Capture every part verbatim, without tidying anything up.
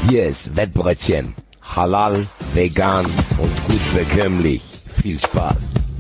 Hier ist Wettbrötchen. Halal, vegan und gut bekömmlich. Viel Spaß.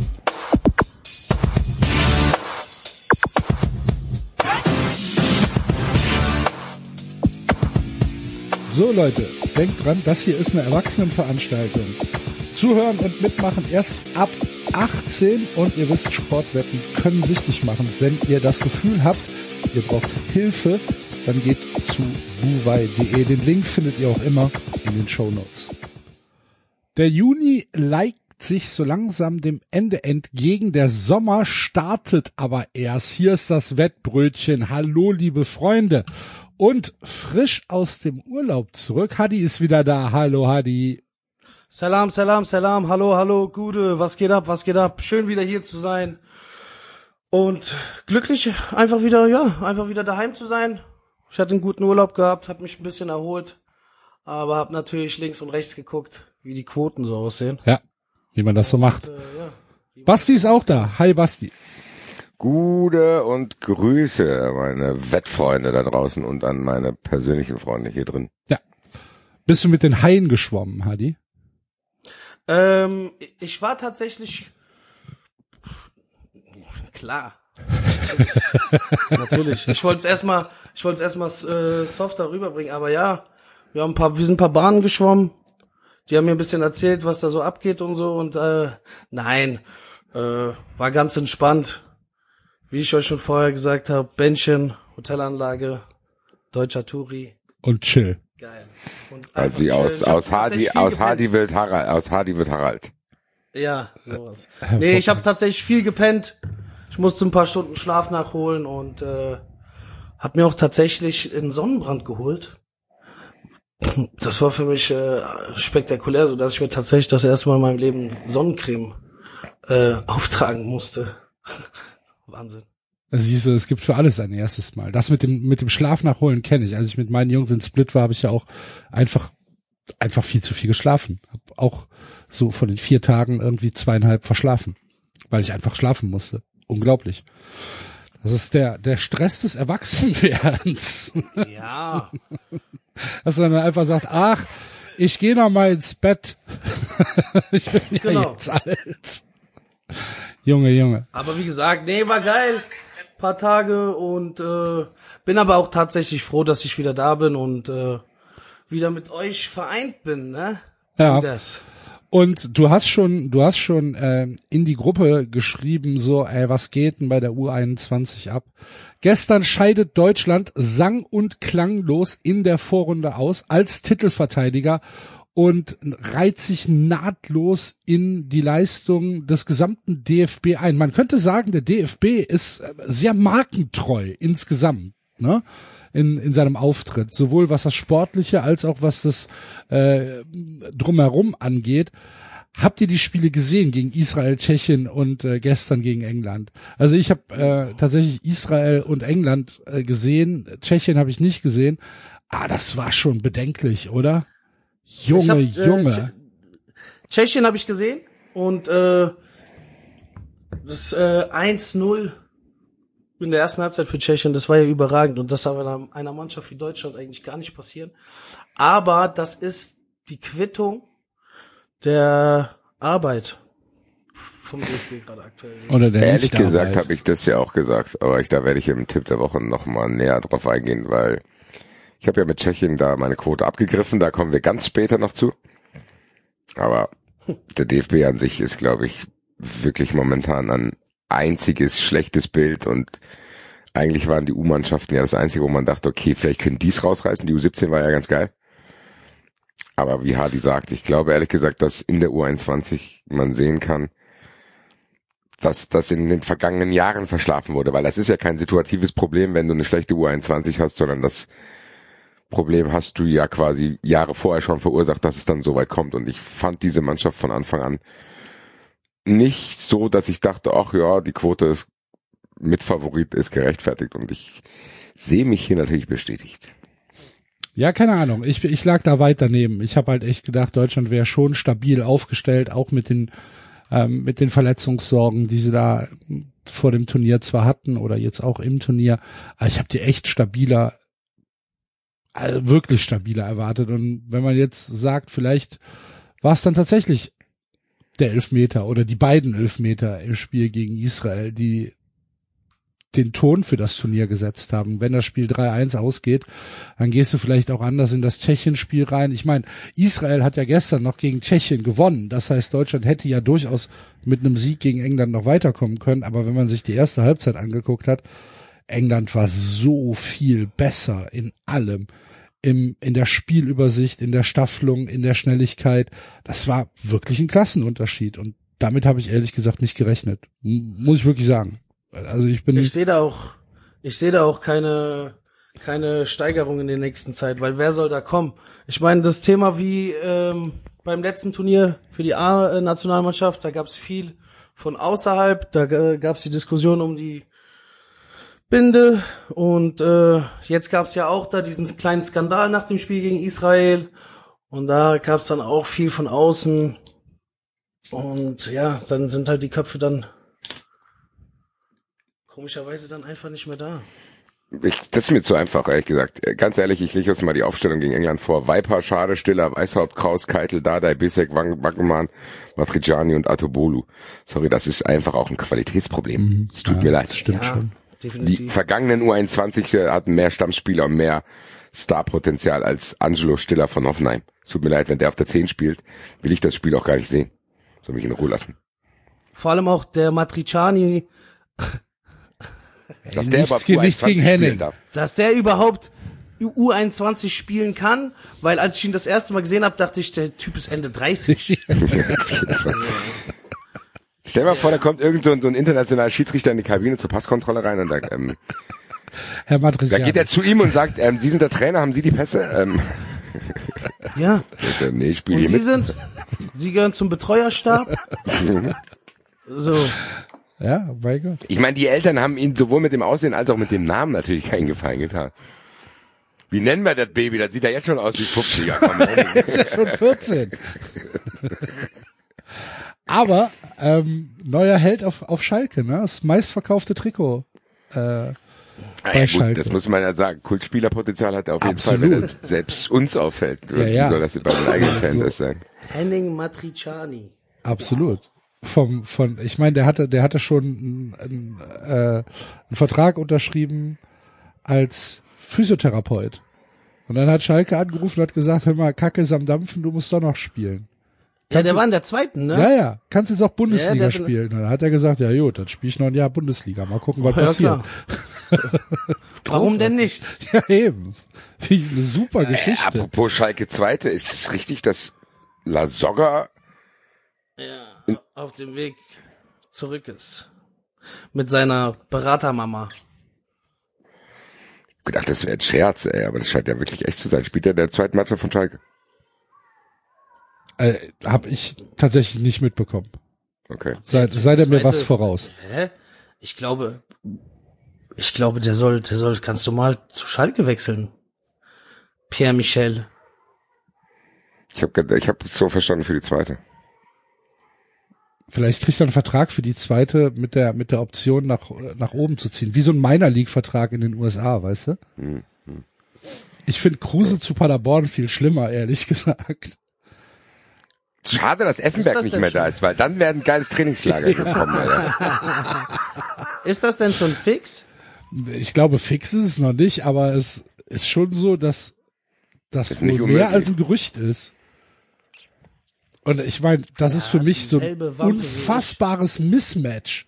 So Leute, denkt dran, das hier ist eine Erwachsenenveranstaltung. Zuhören und mitmachen erst ab achtzehn und ihr wisst, Sportwetten können süchtig machen. Wenn ihr das Gefühl habt, ihr braucht Hilfe, dann geht zu buwei punkt de. Den Link findet ihr auch immer in den Shownotes. Der Juni neigt sich so langsam dem Ende entgegen. Der Sommer startet aber erst. Hier ist das Wettbrötchen. Hallo, liebe Freunde. Und frisch aus dem Urlaub zurück. Hadi ist wieder da. Hallo, Hadi. Salam, salam, salam. Hallo, hallo, Gude. Was geht ab, was geht ab? Schön wieder hier zu sein. Und glücklich, einfach wieder, ja, einfach wieder daheim zu sein. Ich hatte einen guten Urlaub gehabt, habe mich ein bisschen erholt. Aber habe natürlich links und rechts geguckt, wie die Quoten so aussehen. Ja, wie man das so macht. Und, äh, ja. Basti ist auch da. Hi, Basti. Gute und Grüße, meine Wettfreunde da draußen und an meine persönlichen Freunde hier drin. Ja. Bist du mit den Haien geschwommen, Hadi? Ähm, ich war tatsächlich, klar. Natürlich. Ich wollte es erstmal, ich wollte es erstmal äh, softer rüberbringen, aber ja, wir haben ein paar, wir sind ein paar Bahnen geschwommen. Die haben mir ein bisschen erzählt, was da so abgeht und so und äh, nein, äh, war ganz entspannt. Wie ich euch schon vorher gesagt habe, Bändchen, Hotelanlage, deutscher Touri. Und chill. Geil. Und Also aus, aus Hadi, aus Hadi wird Harald, aus Hadi wird Harald. Ja, sowas. Nee, ich habe tatsächlich viel gepennt. Ich musste ein paar Stunden Schlaf nachholen und äh, hab mir auch tatsächlich einen Sonnenbrand geholt. Das war für mich äh, spektakulär, so dass ich mir tatsächlich das erste Mal in meinem Leben Sonnencreme äh, auftragen musste. Wahnsinn. Siehst du, es gibt für alles ein erstes Mal. Das mit dem mit dem Schlaf nachholen kenne ich. Als ich mit meinen Jungs in Split war, habe ich ja auch einfach einfach viel zu viel geschlafen. Hab auch so von den vier Tagen irgendwie zweieinhalb verschlafen, weil ich einfach schlafen musste. Unglaublich. Das ist der der Stress des Erwachsenwerdens. Ja. Dass man dann einfach sagt, ach, ich gehe noch mal ins Bett. Ich bin ja Genau. jetzt alt. Junge, Junge. Aber wie gesagt, nee, war geil. Paar Tage und äh, bin aber auch tatsächlich froh, dass ich wieder da bin und äh, wieder mit euch vereint bin, ne? Ja. Wie das. Und du hast schon, du hast schon äh, in die Gruppe geschrieben, so, ey, was geht denn bei der U einundzwanzig ab? Gestern scheidet Deutschland sang- und klanglos in der Vorrunde aus als Titelverteidiger und reiht sich nahtlos in die Leistung des gesamten D F B ein. Man könnte sagen, der D F B ist sehr markentreu insgesamt, ne? In, in seinem Auftritt, sowohl was das Sportliche als auch was das äh, Drumherum angeht. Habt ihr die Spiele gesehen gegen Israel, Tschechien und äh, gestern gegen England? Also ich habe äh, tatsächlich Israel und England äh, gesehen, Tschechien habe ich nicht gesehen. Ah, das war schon bedenklich, oder? Junge, Ich hab, Junge. Äh, Tschechien habe ich gesehen und äh, das äh, eins null in der ersten Halbzeit für Tschechien, das war ja überragend und das darf einer, einer Mannschaft wie Deutschland eigentlich gar nicht passieren. Aber das ist die Quittung der Arbeit vom D F B gerade aktuell. Oder der Ehrlich Nichtarbeit. gesagt habe ich das ja auch gesagt, aber ich, da werde ich im Tipp der Woche nochmal näher drauf eingehen, weil ich habe ja mit Tschechien da meine Quote abgegriffen, da kommen wir ganz später noch zu. Aber der D F B an sich ist, glaube ich, wirklich momentan ein einziges schlechtes Bild und eigentlich waren die U-Mannschaften ja das Einzige, wo man dachte, okay, vielleicht können die es rausreißen. Die U siebzehn war ja ganz geil. Aber wie Hadi sagt, ich glaube ehrlich gesagt, dass in der U einundzwanzig man sehen kann, dass das in den vergangenen Jahren verschlafen wurde, weil das ist ja kein situatives Problem, wenn du eine schlechte U einundzwanzig hast, sondern das Problem hast du ja quasi Jahre vorher schon verursacht, dass es dann so weit kommt. Und ich fand diese Mannschaft von Anfang an nicht so, dass ich dachte, ach ja, die Quote ist mit Favorit, ist gerechtfertigt. Und ich sehe mich hier natürlich bestätigt. Ja, keine Ahnung. Ich, ich lag da weit daneben. Ich habe halt echt gedacht, Deutschland wäre schon stabil aufgestellt, auch mit den ähm, mit den Verletzungssorgen, die sie da vor dem Turnier zwar hatten oder jetzt auch im Turnier. Aber ich habe die echt stabiler also wirklich stabiler erwartet. Und wenn man jetzt sagt, vielleicht war es dann tatsächlich der Elfmeter oder die beiden Elfmeter im Spiel gegen Israel, die den Ton für das Turnier gesetzt haben. Wenn das Spiel drei eins ausgeht, dann gehst du vielleicht auch anders in das Tschechien-Spiel rein. Ich meine, Israel hat ja gestern noch gegen Tschechien gewonnen. Das heißt, Deutschland hätte ja durchaus mit einem Sieg gegen England noch weiterkommen können. Aber wenn man sich die erste Halbzeit angeguckt hat, England war so viel besser in allem. Im, in der Spielübersicht, in der Staffelung, in der Schnelligkeit. Das war wirklich ein Klassenunterschied. Und damit habe ich ehrlich gesagt nicht gerechnet. M- muss ich wirklich sagen. Also ich bin Ich sehe da auch, ich sehe da auch keine, keine Steigerung in der nächsten Zeit, weil wer soll da kommen? Ich meine, das Thema wie ähm, beim letzten Turnier für die A-Nationalmannschaft, da gab es viel von außerhalb, da äh, gab es die Diskussion um die Binde und äh, jetzt gab es ja auch da diesen kleinen Skandal nach dem Spiel gegen Israel und da gab es dann auch viel von außen und ja, dann sind halt die Köpfe dann komischerweise dann einfach nicht mehr da. Ich, das ist mir zu einfach, ehrlich gesagt. Ganz ehrlich, ich lege uns mal die Aufstellung gegen England vor. Viper, Schade, Stiller, Weishaupt, Kraus, Keitel, Dardai, Bissek, Wackemann, Matriciani und Atobolu. Sorry, das ist einfach auch ein Qualitätsproblem. Mhm. Es tut ja, mir leid. Das stimmt ja, schon. Definitiv. Die vergangenen U einundzwanzig hatten mehr Stammspieler und mehr Starpotenzial als Angelo Stiller von Hoffenheim. Es tut mir leid, wenn der auf der zehn spielt, will ich das Spiel auch gar nicht sehen. Soll mich in Ruhe lassen. Vor allem auch der Matriciani, Dass Ey, der nichts, überhaupt ge- U nichts einundzwanzig gegen spielen Henning. darf. dass der überhaupt U einundzwanzig spielen kann, weil als ich ihn das erste Mal gesehen habe, dachte ich, der Typ ist Ende dreißig. Stell dir mal vor, da kommt irgend so ein, so ein internationaler Schiedsrichter in die Kabine zur Passkontrolle rein und sagt, ähm, Herr da Matriciani. geht er zu ihm und sagt, ähm, Sie sind der Trainer, haben Sie die Pässe? Ähm, Ja. äh, nee, ich spiele Und hier Sie mit. sind, Sie gehören zum Betreuerstab. So. Ja, mein Gott. Ich meine, die Eltern haben ihn sowohl mit dem Aussehen als auch mit dem Namen natürlich keinen Gefallen getan. Wie nennen wir das Baby? Das sieht ja jetzt schon aus wie fünfziger. Komm, Ist ja schon vierzehn. Aber ähm, neuer Held auf, auf Schalke, ne? Das meistverkaufte Trikot. Äh, Ah, bei ja, gut, Schalke. das muss man ja sagen. Kultspielerpotenzial hat er auf jeden Absolut. Fall, wenn er selbst uns auffällt. Ja, Wie ja. soll das bei den eigenen Fans So. das sein? Henning Matriciani. Absolut. Vom, von, ich meine, der hatte, der hatte schon einen, äh, einen Vertrag unterschrieben als Physiotherapeut. Und dann hat Schalke angerufen und hat gesagt, hör mal, Kacke ist am Dampfen, du musst doch noch spielen. Ja, Kannst der du- war in der zweiten, ne? Ja, ja, kannst jetzt auch Bundesliga Ja, der- spielen. Dann hat er gesagt, ja gut, dann spiele ich noch ein Jahr Bundesliga. Mal gucken, was Ja, passiert. klar. Warum denn nicht? Ja, eben. Wie eine super Äh, Geschichte. apropos Schalke Zweite, ist es richtig, dass La Soga Ja, auf dem Weg zurück ist. Mit seiner Beratermama. gedacht, das wäre ein Scherz, ey, aber das scheint ja wirklich echt zu sein. Spielt er in der zweiten Mannschaft von Schalke? Äh, hab ich tatsächlich nicht mitbekommen. Okay. Sei, sei der mir Zweite- was voraus. Hä? Ich glaube, ich glaube, der soll, der soll, kannst du mal zu Schalke wechseln. Pierre Michel. Ich habe ich hab so verstanden für die zweite. Vielleicht kriegt er einen Vertrag für die zweite mit der mit der Option nach nach oben zu ziehen, wie so ein Minor League Vertrag in den U S A, weißt du? Hm. Ich finde Kruse zu Paderborn viel schlimmer, ehrlich gesagt. Schade, dass Effenberg das nicht denn mehr da schon? ist, weil dann wäre ein geiles Trainingslager gekommen. Alter. Ist das denn schon fix? Ich glaube, fix ist es noch nicht, aber es ist schon so, dass das Ist wohl nicht mehr unmöglich. als ein Gerücht ist. Und ich meine, das ist für mich so ein dieselbe Wampe wie ich. unfassbares Mismatch.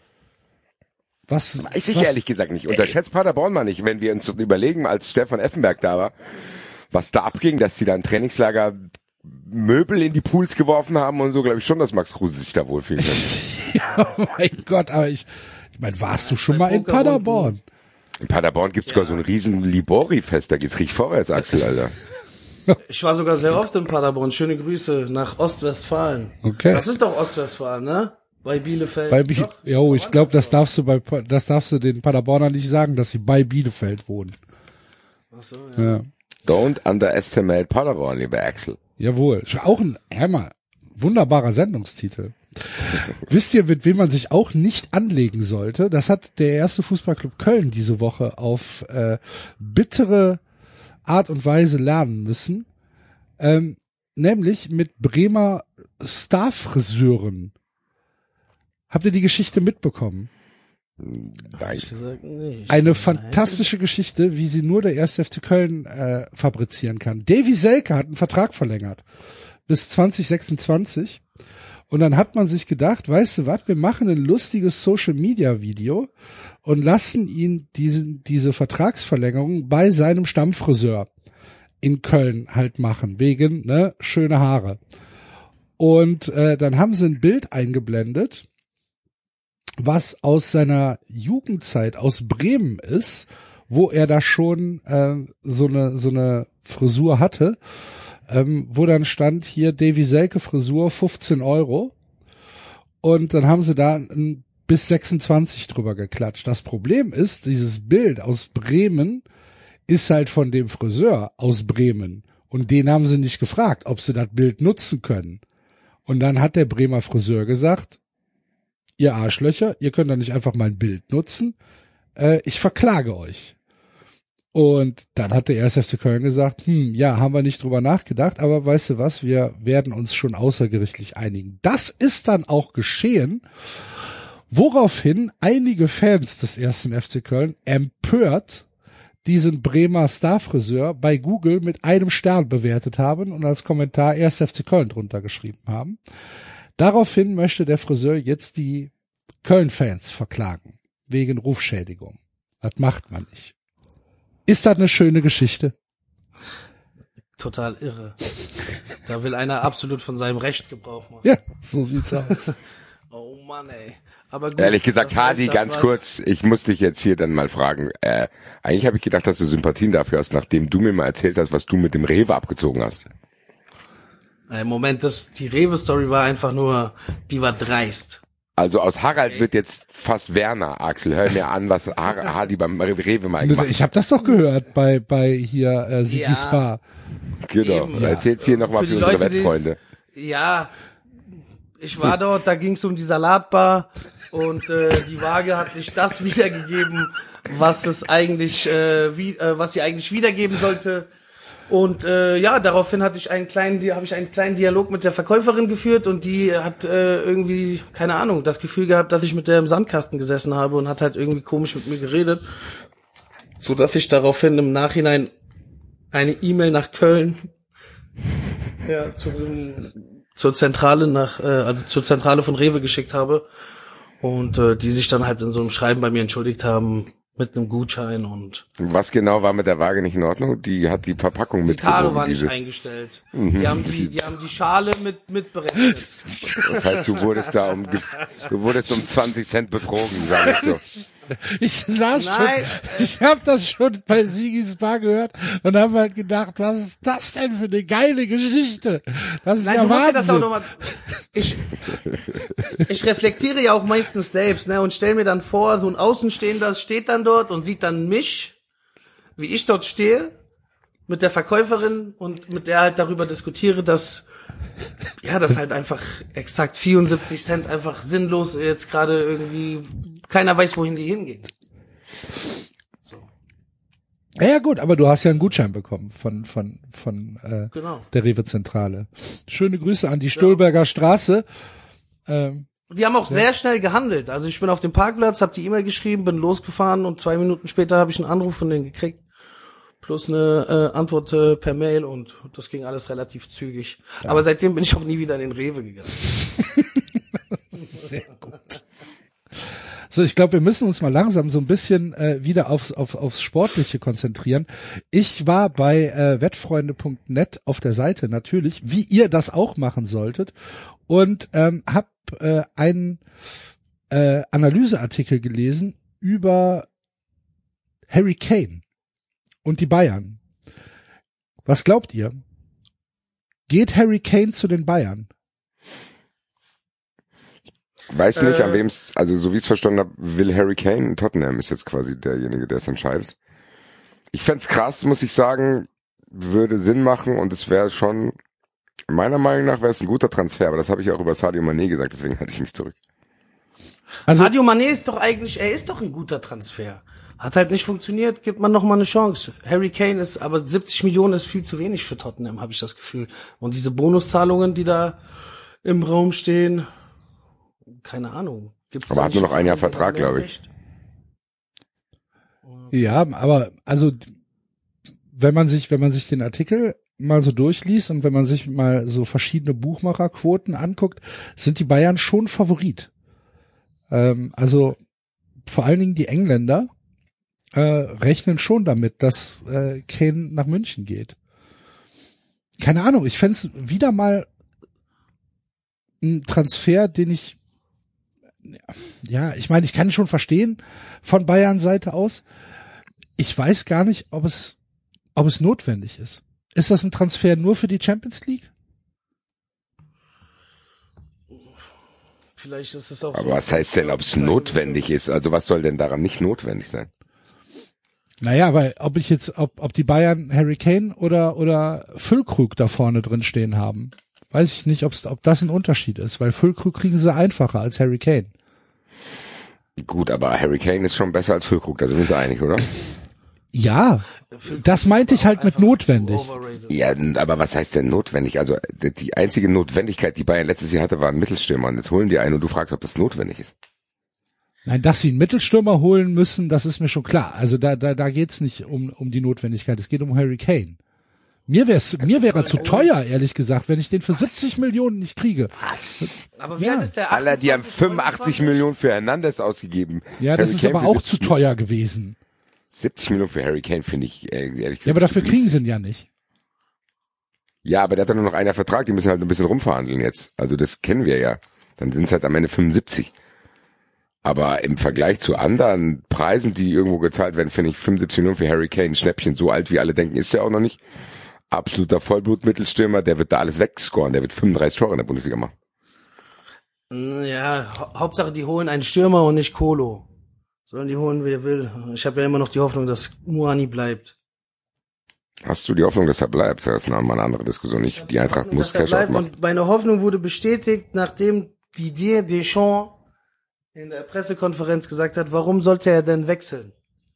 Was, Weiß ich was, ehrlich gesagt nicht. Unterschätzt Paderborn mal nicht, wenn wir uns überlegen, als Stefan Effenberg da war, was da abging, dass die da im Trainingslager Möbel in die Pools geworfen haben und so, glaube ich schon, dass Max Kruse sich da wohlfühlen kann. Ja, mein Gott, aber ich, ich meine, warst du schon mal in Pokerrunden. Paderborn? In Paderborn gibt's sogar so ein riesen Libori-Fest, da geht's richtig vorwärts, Axel, Alter. Ich war sogar sehr oft in Paderborn. Schöne Grüße nach Ostwestfalen. Okay. Das ist doch Ostwestfalen, ne? Bei Bielefeld. Bei Bi Doch, jo, ich glaube, das darfst du bei, Pa- das darfst du den Paderbornern nicht sagen, dass sie bei Bielefeld wohnen. Ach so, ja. Ja. Don't underestimate Paderborn, lieber Axel. Jawohl. Ist auch ein, hör mal, wunderbarer Sendungstitel. Wisst ihr, mit wem man sich auch nicht anlegen sollte? Das hat der erste Fußballclub Köln diese Woche auf äh, bittere Art und Weise lernen müssen, ähm, nämlich mit Bremer Starfriseuren. Habt ihr die Geschichte mitbekommen? Nein. Gesagt, nicht. Eine fantastische Nein. Geschichte, wie sie nur der erste F C Köln äh, fabrizieren kann. Davy Selke hat einen Vertrag verlängert bis zwanzig sechsundzwanzig. Und dann hat man sich gedacht, weißt du was, wir machen ein lustiges Social-Media-Video und lassen ihn diesen, diese Vertragsverlängerung bei seinem Stammfriseur in Köln halt machen, wegen ne schöne Haare. Und äh, dann haben sie ein Bild eingeblendet, was aus seiner Jugendzeit aus Bremen ist, wo er da schon äh, so eine so eine Frisur hatte, ähm, wo dann stand hier Davy Selke Frisur fünfzehn Euro und dann haben sie da ein, bis sechsundzwanzig drüber geklatscht. Das Problem ist, dieses Bild aus Bremen ist halt von dem Friseur aus Bremen und den haben sie nicht gefragt, ob sie das Bild nutzen können. Und dann hat der Bremer Friseur gesagt, ihr Arschlöcher, ihr könnt doch nicht einfach mein Bild nutzen, äh, ich verklage euch. Und dann hat der erste F C Köln gesagt, hm, ja, haben wir nicht drüber nachgedacht, aber weißt du was, wir werden uns schon außergerichtlich einigen. Das ist dann auch geschehen, woraufhin einige Fans des ersten F C Köln empört diesen Bremer Starfriseur bei Google mit einem Stern bewertet haben und als Kommentar erster F C Köln drunter geschrieben haben. Daraufhin möchte der Friseur jetzt die Köln-Fans verklagen, wegen Rufschädigung. Das macht man nicht. Ist das eine schöne Geschichte? Total irre. Da will einer absolut von seinem Recht Gebrauch machen. Ja, so sieht's aus. Oh Mann, ey. Aber gut, ehrlich gesagt, Hadi, heißt, ganz kurz, ich muss dich jetzt hier dann mal fragen. Äh, eigentlich habe ich gedacht, dass du Sympathien dafür hast, nachdem du mir mal erzählt hast, was du mit dem Rewe abgezogen hast. Im Moment, das, die Rewe-Story war einfach nur, die war dreist. Also aus Harald okay. wird jetzt fast Werner, Axel. Hör mir an, was Hadi beim Rewe mal gemacht hat. Ich habe das doch gehört bei bei hier äh, Sigi ja. Spa. Genau, Eben, ja. Erzähl's hier nochmal für, für unsere Leute, Wettfreunde. Ja, ich war dort, da ging's um die Salatbar und äh, die Waage hat nicht das wiedergegeben, was es eigentlich, äh, wie, äh, was sie eigentlich wiedergeben sollte. Und äh, ja, daraufhin hatte ich einen kleinen, habe ich einen kleinen Dialog mit der Verkäuferin geführt und die hat äh, irgendwie, keine Ahnung, das Gefühl gehabt, dass ich mit der im Sandkasten gesessen habe und hat halt irgendwie komisch mit mir geredet, so dass ich daraufhin im Nachhinein eine E-Mail nach Köln, ja, zu, zur Zentrale nach, äh, also zur Zentrale von Rewe geschickt habe und äh, die sich dann halt in so einem Schreiben bei mir entschuldigt haben. Mit einem Gutschein und... Was genau war mit der Waage nicht in Ordnung? Die hat die Verpackung mit. Die Tare war nicht eingestellt. Mhm. Die haben die, die haben die Schale mit, mitberechnet. Das heißt, du wurdest da um, du wurdest um zwanzig Cent betrogen, sag ich so. Ich saß Nein. schon, ich habe das schon bei Sigis Bar gehört und habe halt gedacht, was ist das denn für eine geile Geschichte? Das ist Nein, ja du musst Wahnsinn. dir das auch noch mal, ich, ich reflektiere ja auch meistens selbst, ne, und stell mir dann vor, so ein Außenstehender steht dann dort und sieht dann mich, wie ich dort stehe, mit der Verkäuferin und mit der halt darüber diskutiere, dass, ja, das halt einfach exakt vierundsiebzig Cent einfach sinnlos jetzt gerade irgendwie, keiner weiß, wohin die hingehen. So. Ja gut, aber du hast ja einen Gutschein bekommen von von von äh, genau. der Rewe-Zentrale. Schöne Grüße an die Stolberger ja. Straße. Ähm, die haben auch ja. sehr schnell gehandelt. Also ich bin auf dem Parkplatz, habe die E-Mail geschrieben, bin losgefahren und zwei Minuten später habe ich einen Anruf von denen gekriegt. Plus eine äh, Antwort äh, per Mail und das ging alles relativ zügig. Ja. Aber seitdem bin ich auch nie wieder in den Rewe gegangen. Sehr gut. So, ich glaube, wir müssen uns mal langsam so ein bisschen äh, wieder aufs, auf, aufs Sportliche konzentrieren. Ich war bei äh, wettfreunde punkt net auf der Seite natürlich, wie ihr das auch machen solltet, und ähm, habe äh, einen äh, Analyseartikel gelesen über Harry Kane und die Bayern. Was glaubt ihr? Geht Harry Kane zu den Bayern? Weiß nicht, äh, an wem es, also so wie ich es verstanden habe, will Harry Kane, Tottenham ist jetzt quasi derjenige, der es entscheidet. Ich fänd's krass, muss ich sagen, würde Sinn machen und es wäre schon, meiner Meinung nach wäre es ein guter Transfer, aber das habe ich auch über Sadio Mané gesagt, deswegen halte ich mich zurück. Also Sadio Mané ist doch eigentlich, er ist doch ein guter Transfer. Hat halt nicht funktioniert, gibt man noch mal eine Chance. Harry Kane ist, aber siebzig Millionen ist viel zu wenig für Tottenham, habe ich das Gefühl. Und diese Bonuszahlungen, die da im Raum stehen, keine Ahnung. Gibt's aber hat nur noch ein Jahr Vertrag, glaube ich. Ja, aber also wenn man sich, wenn man sich den Artikel mal so durchliest und wenn man sich mal so verschiedene Buchmacherquoten anguckt, sind die Bayern schon Favorit. Ähm, also vor allen Dingen die Engländer äh, rechnen schon damit, dass äh, Kane nach München geht. Keine Ahnung, ich fände es wieder mal ein Transfer, den ich, ja, ich meine, ich kann schon verstehen von Bayern Seite aus. Ich weiß gar nicht, ob es, ob es notwendig ist. Ist das ein Transfer nur für die Champions League? Vielleicht ist es auch aber so, was heißt denn, ob es notwendig ist? Also was soll denn daran nicht notwendig sein? Naja, weil ob ich jetzt, ob, ob die Bayern Harry Kane oder oder Füllkrug da vorne drin stehen haben, weiß ich nicht, ob's, ob das ein Unterschied ist, weil Füllkrug kriegen sie einfacher als Harry Kane. Gut, aber Harry Kane ist schon besser als Füllkrug, da sind wir uns einig, oder? Ja, das meinte ich halt mit notwendig. Ja, aber was heißt denn notwendig? Also die einzige Notwendigkeit, die Bayern letztes Jahr hatte, war ein Mittelstürmer. Und jetzt holen die einen und du fragst, ob das notwendig ist. Nein, dass sie einen Mittelstürmer holen müssen, das ist mir schon klar. Also da da da geht's nicht um um die Notwendigkeit, es geht um Harry Kane. Mir wär's mir wäre er zu teuer, ehrlich gesagt, wenn ich den für siebzig Millionen nicht kriege. Was? Aber wie Ja. alt ist der? Alle, die haben achtundzwanzig, fünfundachtzig Millionen für Hernandez ausgegeben. Ja, das Harry ist Kane aber für auch zu siebzig teuer gewesen. siebzig Millionen für Harry Kane finde ich äh, ehrlich gesagt. Ja, aber dafür zu kriegen günstig. sie ihn ja nicht. Ja, aber der hat doch nur noch einen Vertrag, die müssen halt ein bisschen rumverhandeln jetzt. Also das kennen wir ja. Dann sind es halt am Ende fünfundsiebzig. Aber im Vergleich zu anderen Preisen, die irgendwo gezahlt werden, finde ich fünfundsiebzig Millionen für Harry Kane, ein Schnäppchen. So alt wie alle denken, ist er auch noch nicht. Absoluter Vollblut-Mittelstürmer, der wird da alles wegscoren. Der wird fünfunddreißig Tore in der Bundesliga machen. Ja, hau- Hauptsache die holen einen Stürmer und nicht Kolo. Sollen die holen, wer will. Ich habe ja immer noch die Hoffnung, dass Muani bleibt. Hast du die Hoffnung, dass er bleibt? Das ist nochmal eine andere Diskussion. Ich, die Eintracht muss Dass er Cash out bleibt. machen. Und meine Hoffnung wurde bestätigt, nachdem Didier Deschamps in der Pressekonferenz gesagt hat, warum sollte er denn wechseln?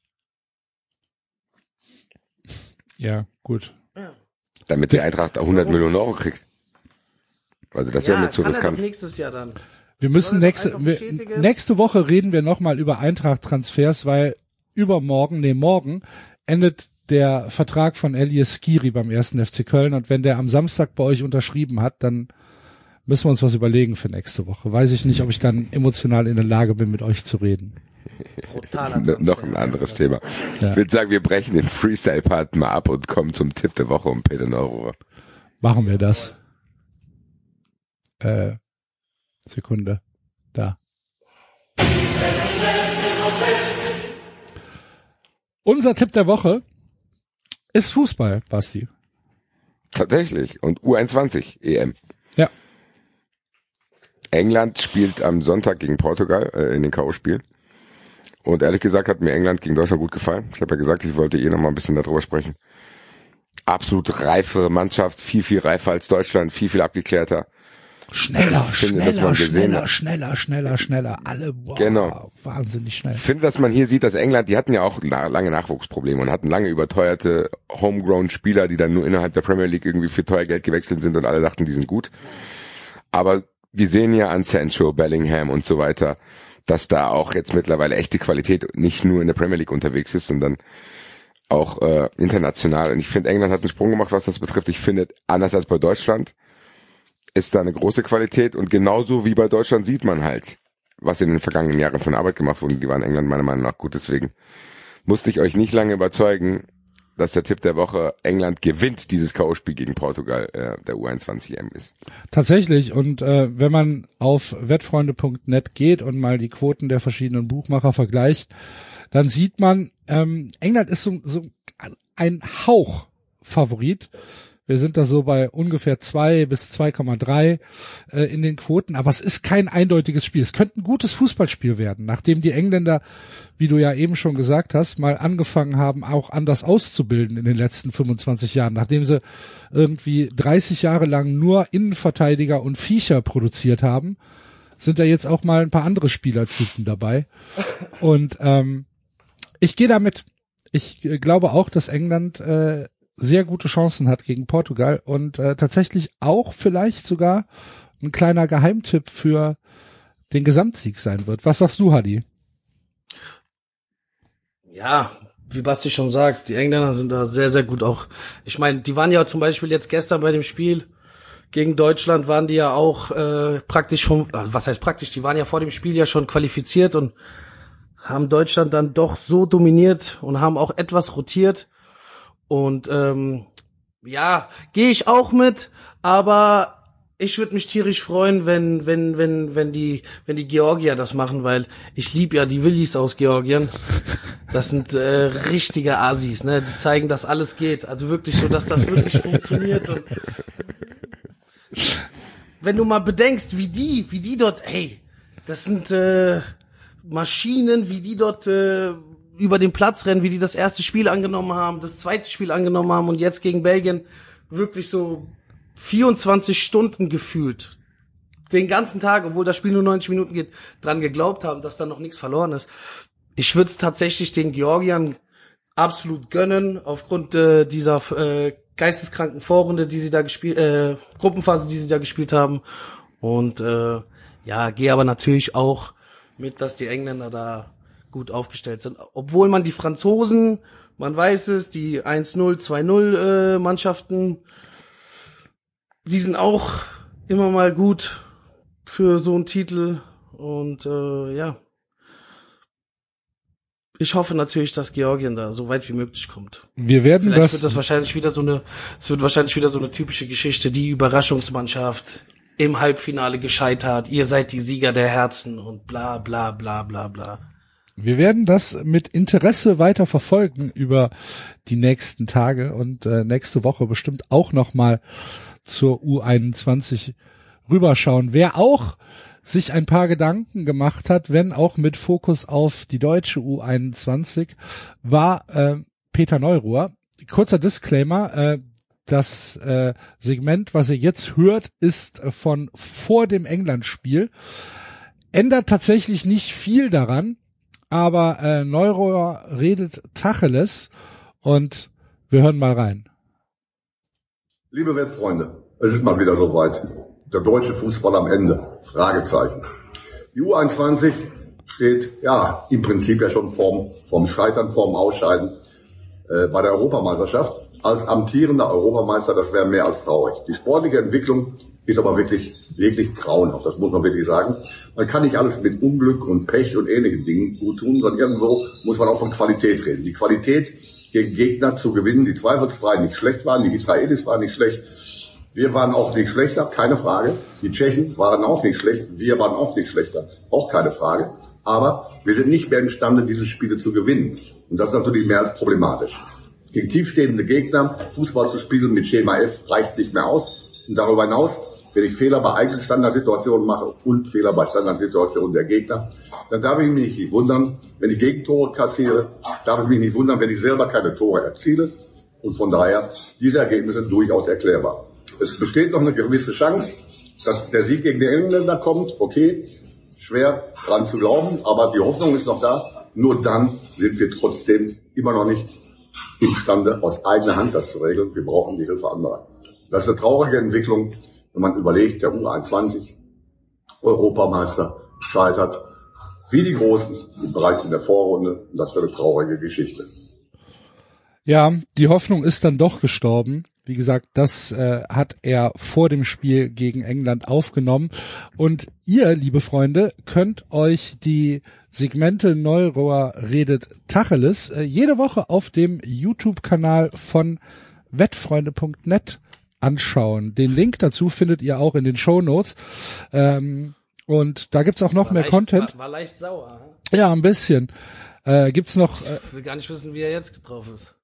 Ja, gut. Ja. Damit die Eintracht hundert Millionen Euro kriegt. Also das wäre Ja, mir zu kann er doch riskant. nächstes Jahr dann. Wir müssen Soll er nächste doch wir, einfach bestätigen? nächste Woche reden wir nochmal über Eintracht-Transfers, weil übermorgen, nee, morgen endet der Vertrag von Elias Skiri beim ersten F C Köln und wenn der am Samstag bei euch unterschrieben hat, dann müssen wir uns was überlegen für nächste Woche. Weiß ich nicht, ob ich dann emotional in der Lage bin, mit euch zu reden. Brutaler N- Transfer. Noch ein anderes Thema. Ja. Ich würde sagen, wir brechen den Freestyle-Part mal ab und kommen zum Tipp der Woche um Peter Neururer. Machen wir das. Äh, Sekunde. Da. Unser Tipp der Woche ist Fußball, Basti. Tatsächlich. Und U einundzwanzig E M. Ja. England spielt am Sonntag gegen Portugal äh, in den K O-Spielen. Und ehrlich gesagt hat mir England gegen Deutschland gut gefallen. Ich habe ja gesagt, ich wollte eh noch mal ein bisschen darüber sprechen. Absolut reifere Mannschaft, viel, viel reifer als Deutschland, viel, viel abgeklärter. Schneller, Ich finde, dass schneller, man gesehen schneller, hat. schneller, schneller, schneller. Alle, wow, Genau. wahnsinnig schnell. Ich finde, dass man hier sieht, dass England, die hatten ja auch na, lange Nachwuchsprobleme und hatten lange überteuerte Homegrown-Spieler, die dann nur innerhalb der Premier League irgendwie für teuer Geld gewechselt sind und alle dachten, die sind gut. Aber wir sehen ja an Sancho, Bellingham und so weiter, dass da auch jetzt mittlerweile echte Qualität nicht nur in der Premier League unterwegs ist, sondern auch äh, international. Und ich finde, England hat einen Sprung gemacht, was das betrifft. Ich finde, anders als bei Deutschland ist da eine große Qualität und genauso wie bei Deutschland sieht man halt, was in den vergangenen Jahren von Arbeit gemacht wurde. Die waren in England meiner Meinung nach gut. Deswegen musste ich euch nicht lange überzeugen, dass der Tipp der Woche England gewinnt dieses K O-Spiel gegen Portugal äh, der U einundzwanzig E M ist. Tatsächlich. Und äh, wenn man auf wettfreunde punkt net geht und mal die Quoten der verschiedenen Buchmacher vergleicht, dann sieht man, ähm, England ist so, so ein Hauch Favorit. Wir sind da so bei ungefähr zwei bis zwei Komma drei äh, in den Quoten, aber es ist kein eindeutiges Spiel. Es könnte ein gutes Fußballspiel werden, nachdem die Engländer, wie du ja eben schon gesagt hast, mal angefangen haben, auch anders auszubilden in den letzten fünfundzwanzig Jahren, nachdem sie irgendwie dreißig Jahre lang nur Innenverteidiger und Viecher produziert haben, sind da jetzt auch mal ein paar andere Spielertypen dabei. Und ähm, Ich gehe damit. Ich äh, glaube auch, dass England äh, sehr gute Chancen hat gegen Portugal und äh, tatsächlich auch vielleicht sogar ein kleiner Geheimtipp für den Gesamtsieg sein wird. Was sagst du, Hadi? Ja, wie Basti schon sagt, die Engländer sind da sehr, sehr gut auch. Ich meine, die waren ja zum Beispiel jetzt gestern bei dem Spiel gegen Deutschland, waren die ja auch äh, praktisch schon, was heißt praktisch, die waren ja vor dem Spiel ja schon qualifiziert und haben Deutschland dann doch so dominiert und haben auch etwas rotiert. Und ähm, ja, gehe ich auch mit, aber ich würde mich tierisch freuen, wenn wenn wenn wenn die wenn die Georgier das machen, weil ich lieb ja die Willis aus Georgien. Das sind äh, richtige Asis, ne? Die zeigen, dass alles geht. Also wirklich so, dass das wirklich funktioniert. Und wenn du mal bedenkst, wie die, wie die dort, hey, das sind äh, Maschinen, wie die dort äh, über den Platz rennen, wie die das erste Spiel angenommen haben, das zweite Spiel angenommen haben und jetzt gegen Belgien wirklich so vierundzwanzig Stunden gefühlt, den ganzen Tag, obwohl das Spiel nur neunzig Minuten geht, dran geglaubt haben, dass da noch nichts verloren ist. Ich würde es tatsächlich den Georgiern absolut gönnen, aufgrund äh, dieser äh, geisteskranken Vorrunde, die sie da gespielt, äh, Gruppenphase, die sie da gespielt haben. Und äh, ja, gehe aber natürlich auch mit, dass die Engländer da gut aufgestellt sind. Obwohl man die Franzosen, man weiß es, die eins null, zwei null äh, Mannschaften, die sind auch immer mal gut für so einen Titel. Und äh, ja, ich hoffe natürlich, dass Georgien da so weit wie möglich kommt. Wir werden Vielleicht das. wird das wahrscheinlich wieder so eine, es wird wahrscheinlich wieder so eine typische Geschichte, die Überraschungsmannschaft im Halbfinale gescheitert, ihr seid die Sieger der Herzen und bla bla bla bla bla. Wir werden das mit Interesse weiter verfolgen über die nächsten Tage und äh, nächste Woche bestimmt auch nochmal zur U einundzwanzig rüberschauen. Wer auch sich ein paar Gedanken gemacht hat, wenn auch mit Fokus auf die deutsche U einundzwanzig, war äh, Peter Neuruhr. Kurzer Disclaimer, äh, das äh, Segment, was ihr jetzt hört, ist von vor dem England-Spiel. Ändert tatsächlich nicht viel daran, aber äh, Neuruhr redet Tacheles und wir hören mal rein. Liebe Wettfreunde, es ist mal wieder soweit. Der deutsche Fußball am Ende. Fragezeichen. Die U einundzwanzig steht, ja, im Prinzip ja schon vorm, vorm Scheitern, vorm Ausscheiden äh, bei der Europameisterschaft. Als amtierender Europameister, das wäre mehr als traurig. Die sportliche Entwicklung ist aber wirklich, wirklich grauenhaft. Das muss man wirklich sagen. Man kann nicht alles mit Unglück und Pech und ähnlichen Dingen gut tun, sondern irgendwo muss man auch von Qualität reden. Die Qualität, gegen Gegner zu gewinnen, die zweifelsfrei nicht schlecht waren. Die Israelis waren nicht schlecht. Wir waren auch nicht schlechter, keine Frage. Die Tschechen waren auch nicht schlecht. Wir waren auch nicht schlechter, auch keine Frage. Aber wir sind nicht mehr imstande, diese Spiele zu gewinnen. Und das ist natürlich mehr als problematisch. Gegen tiefstehende Gegner Fußball zu spielen mit Schema F reicht nicht mehr aus. Und darüber hinaus, wenn ich Fehler bei eigenen Standardsituationen mache und Fehler bei Standardsituationen der Gegner, dann darf ich mich nicht wundern, wenn ich Gegentore kassiere, darf ich mich nicht wundern, wenn ich selber keine Tore erziele. Und von daher, diese Ergebnisse sind durchaus erklärbar. Es besteht noch eine gewisse Chance, dass der Sieg gegen die Engländer kommt. Okay, schwer dran zu glauben, aber die Hoffnung ist noch da. Nur dann sind wir trotzdem immer noch nicht imstande, aus eigener Hand das zu regeln. Wir brauchen die Hilfe anderer. Das ist eine traurige Entwicklung, wenn man überlegt, der U einundzwanzig Europameister scheitert, wie die Großen, bereits in der Vorrunde. Und das wäre eine traurige Geschichte. Ja, die Hoffnung ist dann doch gestorben. Wie gesagt, das äh, hat er vor dem Spiel gegen England aufgenommen. Und ihr, liebe Freunde, könnt euch die Segmente Neuruhr redet Tacheles äh, jede Woche auf dem YouTube-Kanal von wettfreunde punkt net anschauen. Den Link dazu findet ihr auch in den Shownotes. Ähm, und da gibt's auch noch war mehr leicht, Content. War, war leicht sauer. Hm? Ja, ein bisschen. Äh, gibt's noch... Äh, ich will gar nicht wissen, wie er jetzt drauf ist.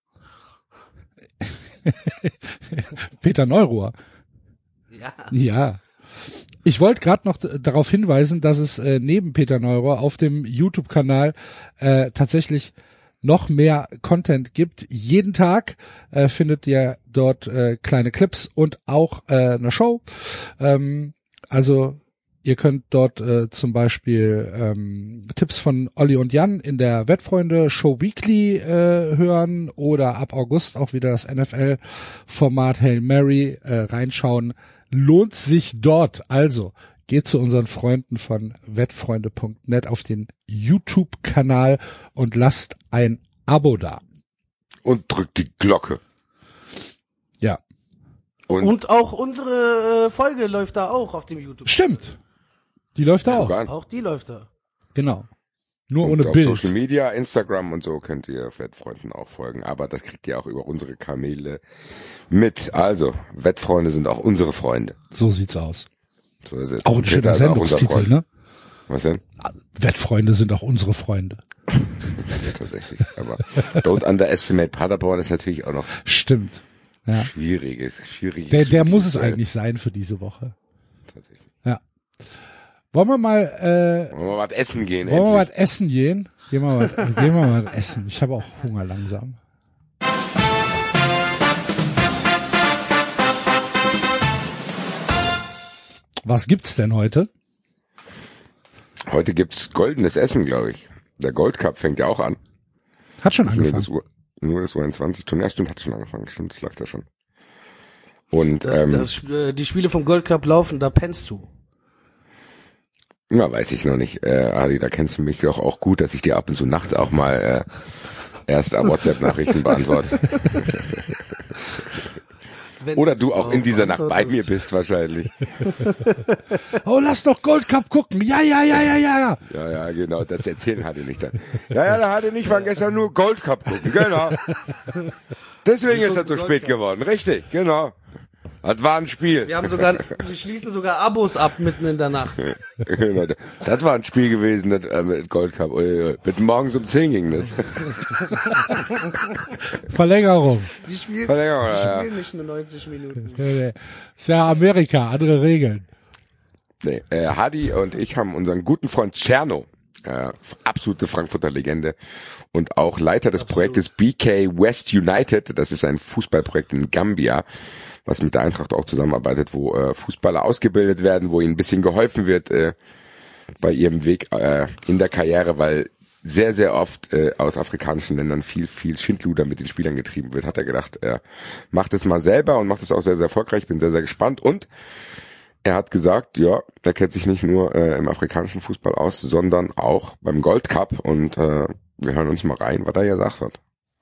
Peter Neuruhr. Ja. Ja. Ich wollte gerade noch d- darauf hinweisen, dass es äh, neben Peter Neuruhr auf dem YouTube-Kanal äh, tatsächlich noch mehr Content gibt. Jeden Tag äh, findet ihr dort äh, kleine Clips und auch äh, eine Show. Ähm, also Ihr könnt dort äh, zum Beispiel ähm, Tipps von Olli und Jan in der Wettfreunde Show Weekly äh, hören oder ab August auch wieder das N F L-Format Hail Mary äh, reinschauen. Lohnt sich dort. Also geht zu unseren Freunden von wettfreunde punkt net auf den YouTube-Kanal und lasst ein Abo da. Und drückt die Glocke. Ja. Und, und auch unsere äh, Folge läuft da auch auf dem YouTube. Stimmt. Die läuft da auch. Auch die läuft da. Genau. Nur und ohne auf Bild. Social Media, Instagram und so könnt ihr Wettfreunden auch folgen. Aber das kriegt ihr auch über unsere Kanäle mit. Also, Wettfreunde sind auch unsere Freunde. So sieht's aus. So ist es. Auch ein schöner Sendungstitel, ne? Was denn? Wettfreunde sind auch unsere Freunde. Ja, tatsächlich. Aber Don't Underestimate Paderborn ist natürlich auch noch Stimmt. Ja. schwieriges, schwieriges. Der, der muss es Spiel. eigentlich sein für diese Woche. Tatsächlich. Ja. Wollen wir mal, äh, Wollen wir mal was essen gehen? wollen wir mal endlich? was essen gehen? Gehen wir mal, gehen wir mal was essen. Ich habe auch Hunger langsam. Was gibt's denn heute? Heute gibt's goldenes Essen, glaube ich. Der Gold Cup fängt ja auch an. Hat schon Nur angefangen. das, U- nur das U einundzwanzig Turnier, stimmt, hat schon angefangen. Stimmt, das läuft ja schon. Und Das, ähm, das, äh, die Spiele vom Gold Cup laufen, da pennst du. ja, weiß ich noch nicht. Äh, Adi, da kennst du mich doch auch gut, dass ich dir ab und zu nachts auch mal äh, erst WhatsApp-Nachrichten beantworte. Wenn Oder es du auch in dieser Nacht bei ist. mir bist wahrscheinlich. Oh, lass doch Gold Cup gucken. Ja, ja, ja, ja, ja, ja. Ja, ja, genau, das erzählen hatte nicht dann. Ja, ja, der hatte nicht, war gestern nur Gold Cup gucken, genau. Deswegen ist er so spät geworden, richtig, genau. Das war ein Spiel. Wir haben sogar, wir schließen sogar Abos ab mitten in der Nacht. Genau, das war ein Spiel gewesen, das äh, mit Gold Cup. Ui, ui. Mit morgens um zehn ging das. Verlängerung. Die spielen, Verlängerung, die ja, spielen nicht nur neunzig Minuten. Nee, nee. Ist ja Amerika, andere Regeln. Nee, äh, Hadi und ich haben unseren guten Freund Tscherno, äh, absolute Frankfurter Legende und auch Leiter des Projektes B K West United. Das ist ein Fußballprojekt in Gambia, was mit der Eintracht auch zusammenarbeitet, wo äh, Fußballer ausgebildet werden, wo ihnen ein bisschen geholfen wird äh, bei ihrem Weg äh, in der Karriere, weil sehr, sehr oft äh, aus afrikanischen Ländern viel, viel Schindluder mit den Spielern getrieben wird. Hat er gedacht, er macht es mal selber und macht es auch sehr, sehr erfolgreich. Bin sehr, sehr gespannt. Und er hat gesagt, ja, er kennt sich nicht nur äh, im afrikanischen Fußball aus, sondern auch beim Gold Cup. Und äh, wir hören uns mal rein, was er hier gesagt hat.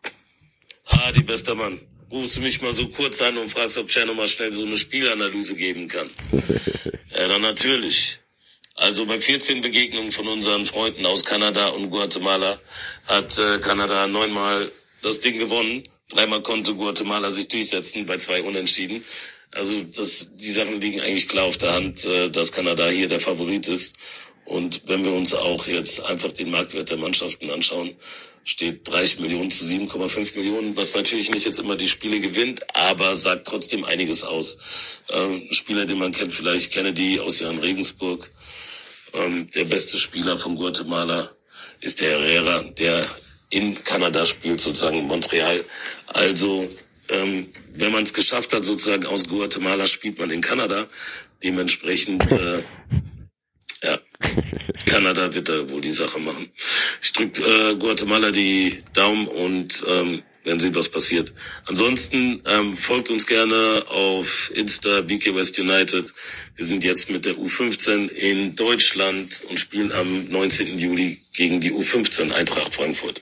Hadi, bester Mann. Rufst du mich mal so kurz an und fragst, ob Tscherno mal schnell so eine Spielanalyse geben kann? Ja, dann natürlich. Also bei vierzehn Begegnungen von unseren Freunden aus Kanada und Guatemala hat äh, Kanada neunmal das Ding gewonnen. Dreimal konnte Guatemala sich durchsetzen bei zwei Unentschieden. Also das, die Sachen liegen eigentlich klar auf der Hand, äh, dass Kanada hier der Favorit ist. Und wenn wir uns auch jetzt einfach den Marktwert der Mannschaften anschauen, steht dreißig Millionen zu sieben Komma fünf Millionen, was natürlich nicht jetzt immer die Spiele gewinnt, aber sagt trotzdem einiges aus. Ähm, Spieler, den man kennt, vielleicht Kennedy aus Jan Regensburg. Ähm, der beste Spieler von Guatemala ist der Herrera, der in Kanada spielt, sozusagen in Montreal. Also, ähm, wenn man es geschafft hat, sozusagen aus Guatemala spielt man in Kanada. Dementsprechend, äh, ja, Kanada wird da wohl die Sache machen. Ich drücke äh, Guatemala die Daumen und ähm, werden sehen, was passiert. Ansonsten ähm, folgt uns gerne auf Insta, B K West United. Wir sind jetzt mit der U fünfzehn in Deutschland und spielen am neunzehnten Juli gegen die U fünfzehn Eintracht Frankfurt.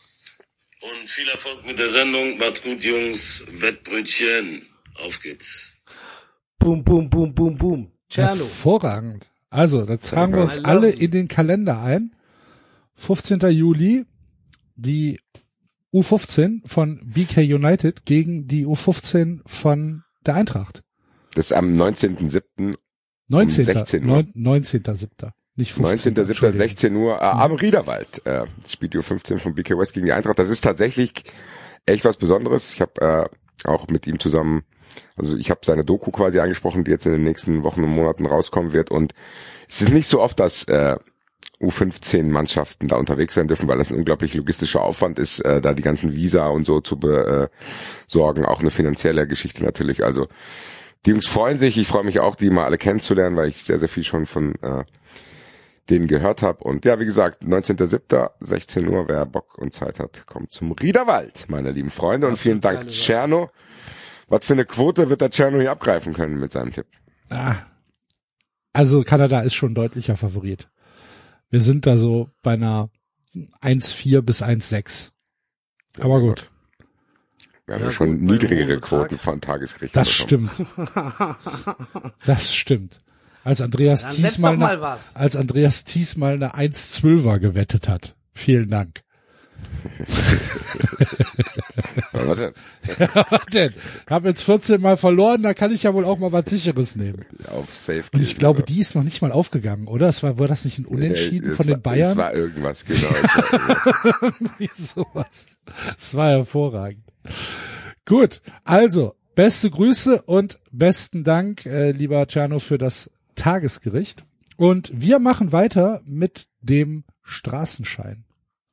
Und viel Erfolg mit der Sendung. Macht's gut, Jungs. Wettbrötchen. Auf geht's. Boom, boom, boom, boom, boom. Tscherno. Hervorragend. Also, da tragen wir uns I love alle you. in den Kalender ein. fünfzehnten Juli, die U fünfzehn von B K United gegen die U fünfzehn von der Eintracht. Das ist am neunzehnten siebten neunzehnten sechzehn Uhr. neun- neunzehnten siebten Nicht fünfzehnten neunzehnten siebten sechzehn Uhr äh, am Riederwald. Äh, spielt die U fünfzehn von B K West gegen die Eintracht. Das ist tatsächlich echt was Besonderes. Ich habe äh, auch mit ihm zusammen, also ich habe seine Doku quasi angesprochen, die jetzt in den nächsten Wochen und Monaten rauskommen wird. Und es ist nicht so oft, dass äh, U fünfzehn Mannschaften da unterwegs sein dürfen, weil das ein unglaublich logistischer Aufwand ist, äh, da die ganzen Visa und so zu besorgen. Auch eine finanzielle Geschichte natürlich. Also die Jungs freuen sich, ich freue mich auch, die mal alle kennenzulernen, weil ich sehr, sehr viel schon von äh, denen gehört habe. Und ja, wie gesagt, neunzehnter siebter sechzehn Uhr, wer Bock und Zeit hat, kommt zum Riederwald, meine lieben Freunde. Und vielen Dank, Tscherno. Was für eine Quote wird der Tscherno hier abgreifen können mit seinem Tipp? Ah, also Kanada ist schon deutlicher Favorit. Wir sind da so bei einer eins Komma vier bis eins Komma sechs. Aber gut. Wir haben Ja, ja schon gut, bei niedrigere einem Quoten Tag. von Tagesgerichten Das bekommen. stimmt. Das stimmt. Als Andreas Dann Thies setz mal, doch mal eine, was. als Andreas Thies mal eine eins Komma zwölfer gewettet hat. Vielen Dank. Ja, was denn? Was denn? Hab jetzt vierzehn Mal verloren, da kann ich ja wohl auch mal was Sicheres nehmen. Auf Safe Und ich gehen, glaube, oder? die ist noch nicht mal aufgegangen, oder? Es war, war das nicht ein Unentschieden Nee, von es den war, Bayern? Es war irgendwas, genau. Es war Wie sowas. Es war hervorragend. Gut, also, beste Grüße und besten Dank, äh, lieber Tscherno, für das Tagesgericht. Und wir machen weiter mit dem Straßenschein.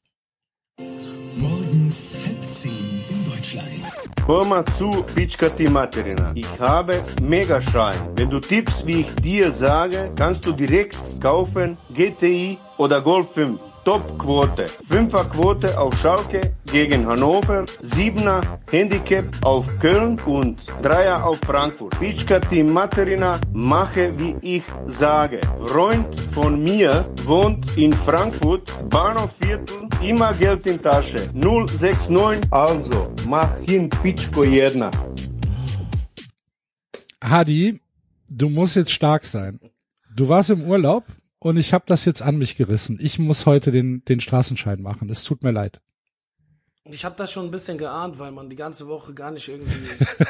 Morgens halb zehn in Deutschland. Hör mal zu, Pitschkati Materina. Ich habe Megaschein. Wenn du tippst, wie ich dir sage, kannst du direkt kaufen G T I oder Golf fünf. Top-Quote. Fünfer-Quote auf Schalke gegen Hannover, Siebener Handicap auf Köln und Dreier auf Frankfurt. Pitschkati Materina, mache wie ich sage. Freund von mir wohnt in Frankfurt, Bahnhofviertel, immer Geld in Tasche. null sechs neun, also mach hin Pitschko jedna. Hadi, du musst jetzt stark sein. Du warst im Urlaub und ich habe das jetzt an mich gerissen. Ich muss heute den, den Straßenschein machen. Es tut mir leid. Ich habe das schon ein bisschen geahnt, weil man die ganze Woche gar nicht irgendwie...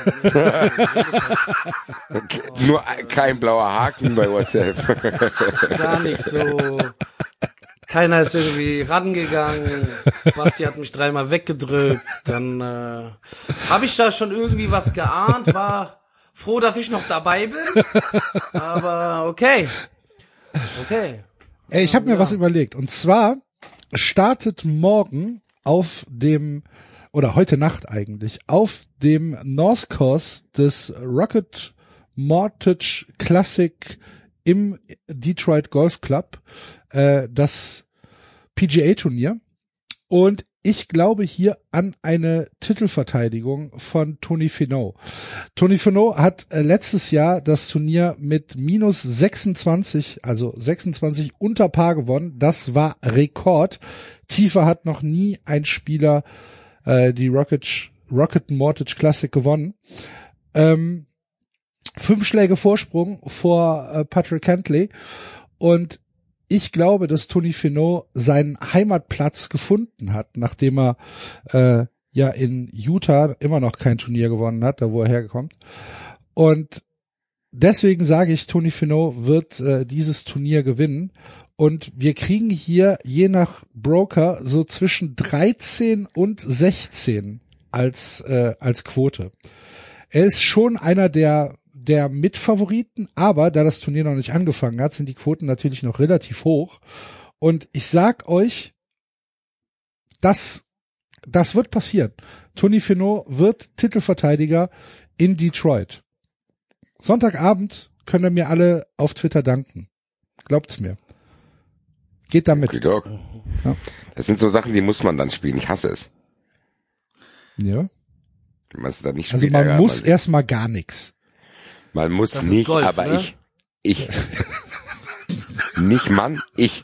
nur kein blauer Haken bei WhatsApp. gar nichts so. Keiner ist irgendwie rangegangen. Basti hat mich dreimal weggedrückt. Dann äh, habe ich da schon irgendwie was geahnt. War froh, dass ich noch dabei bin. Aber okay. Okay. Ey, ich habe mir Ja. was überlegt. Und zwar startet morgen auf dem, oder heute Nacht eigentlich, auf dem North Course des Rocket Mortgage Classic im Detroit Golf Club äh, das P G A-Turnier. Und ich glaube hier an eine Titelverteidigung von Tony Finau. Tony Finau hat äh, letztes Jahr das Turnier mit minus sechsundzwanzig, also sechsundzwanzig unter Par gewonnen. Das war Rekord. Tiefer hat noch nie ein Spieler äh, die Rocket, Rocket Mortgage Classic gewonnen. Ähm, fünf Schläge Vorsprung vor äh, Patrick Cantlay. Und ich glaube, dass Tony Finau seinen Heimatplatz gefunden hat, nachdem er äh, ja in Utah immer noch kein Turnier gewonnen hat, da wo er herkommt. Und deswegen sage ich, Tony Finau wird äh, dieses Turnier gewinnen. Und wir kriegen hier je nach Broker so zwischen dreizehn und sechzehn als äh, als Quote. Er ist schon einer der der Mitfavoriten, aber da das Turnier noch nicht angefangen hat, sind die Quoten natürlich noch relativ hoch. Und ich sag euch, das, das wird passieren. Tony Finau wird Titelverteidiger in Detroit. Sonntagabend könnt ihr mir alle auf Twitter danken. Glaubt's mir. Geht damit. Okay, Doc. Ja. Das sind so Sachen, die muss man dann spielen. Ich hasse es. Ja. Wenn man es dann nicht Also spielt, man ärgert muss sich. erstmal gar nichts. Man muss Das ist nicht, Golf, aber ne? ich, ich, nicht Mann, ich.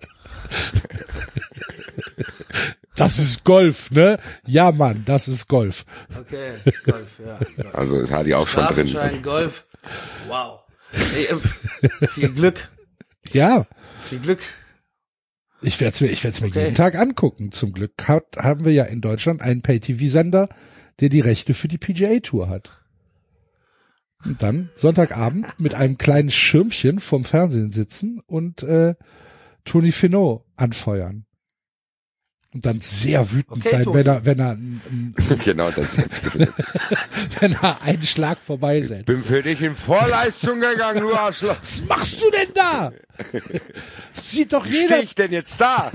Das ist Golf, ne? Ja, Mann, das ist Golf. Okay, Golf, ja. Golf. Also ist Hadi auch schon drin. Straßenschein, Golf. Wow. Ey, äh, viel Glück. Ja, Viel Glück. ich werde es mir, ich werd's mir Okay. jeden Tag angucken. Zum Glück hat, haben wir ja in Deutschland einen Pay-T V-Sender, der die Rechte für die P G A-Tour hat. Und dann Sonntagabend mit einem kleinen Schirmchen vorm Fernsehen sitzen und äh, Tony Finau anfeuern. Und dann sehr wütend Okay, sein, Toni. wenn er, wenn er, n- n- Genau, das wenn er einen Schlag vorbeisetzt. bin für dich in Vorleistung gegangen, du Arschloch. Was machst du denn da? Sieht doch Wie jeder, stehe ich denn jetzt da?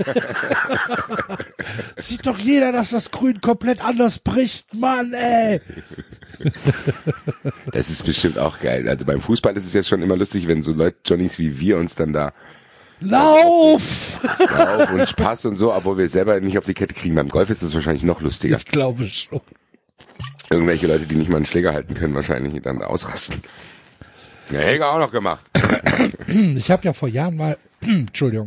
sieht doch jeder, dass das Grün komplett anders bricht, Mann, ey. sagen. Das ist bestimmt auch geil. Also beim Fußball ist es jetzt schon immer lustig, wenn so Leute, Johnnies wie wir uns dann da Lauf! Lauf und Spaß und so, obwohl wir selber nicht auf die Kette kriegen. Beim Golf ist das wahrscheinlich noch lustiger. Ich glaube schon. Irgendwelche Leute, die nicht mal einen Schläger halten können, wahrscheinlich dann ausrasten. Ja, Helga auch noch gemacht. Ich habe ja vor Jahren mal, Entschuldigung.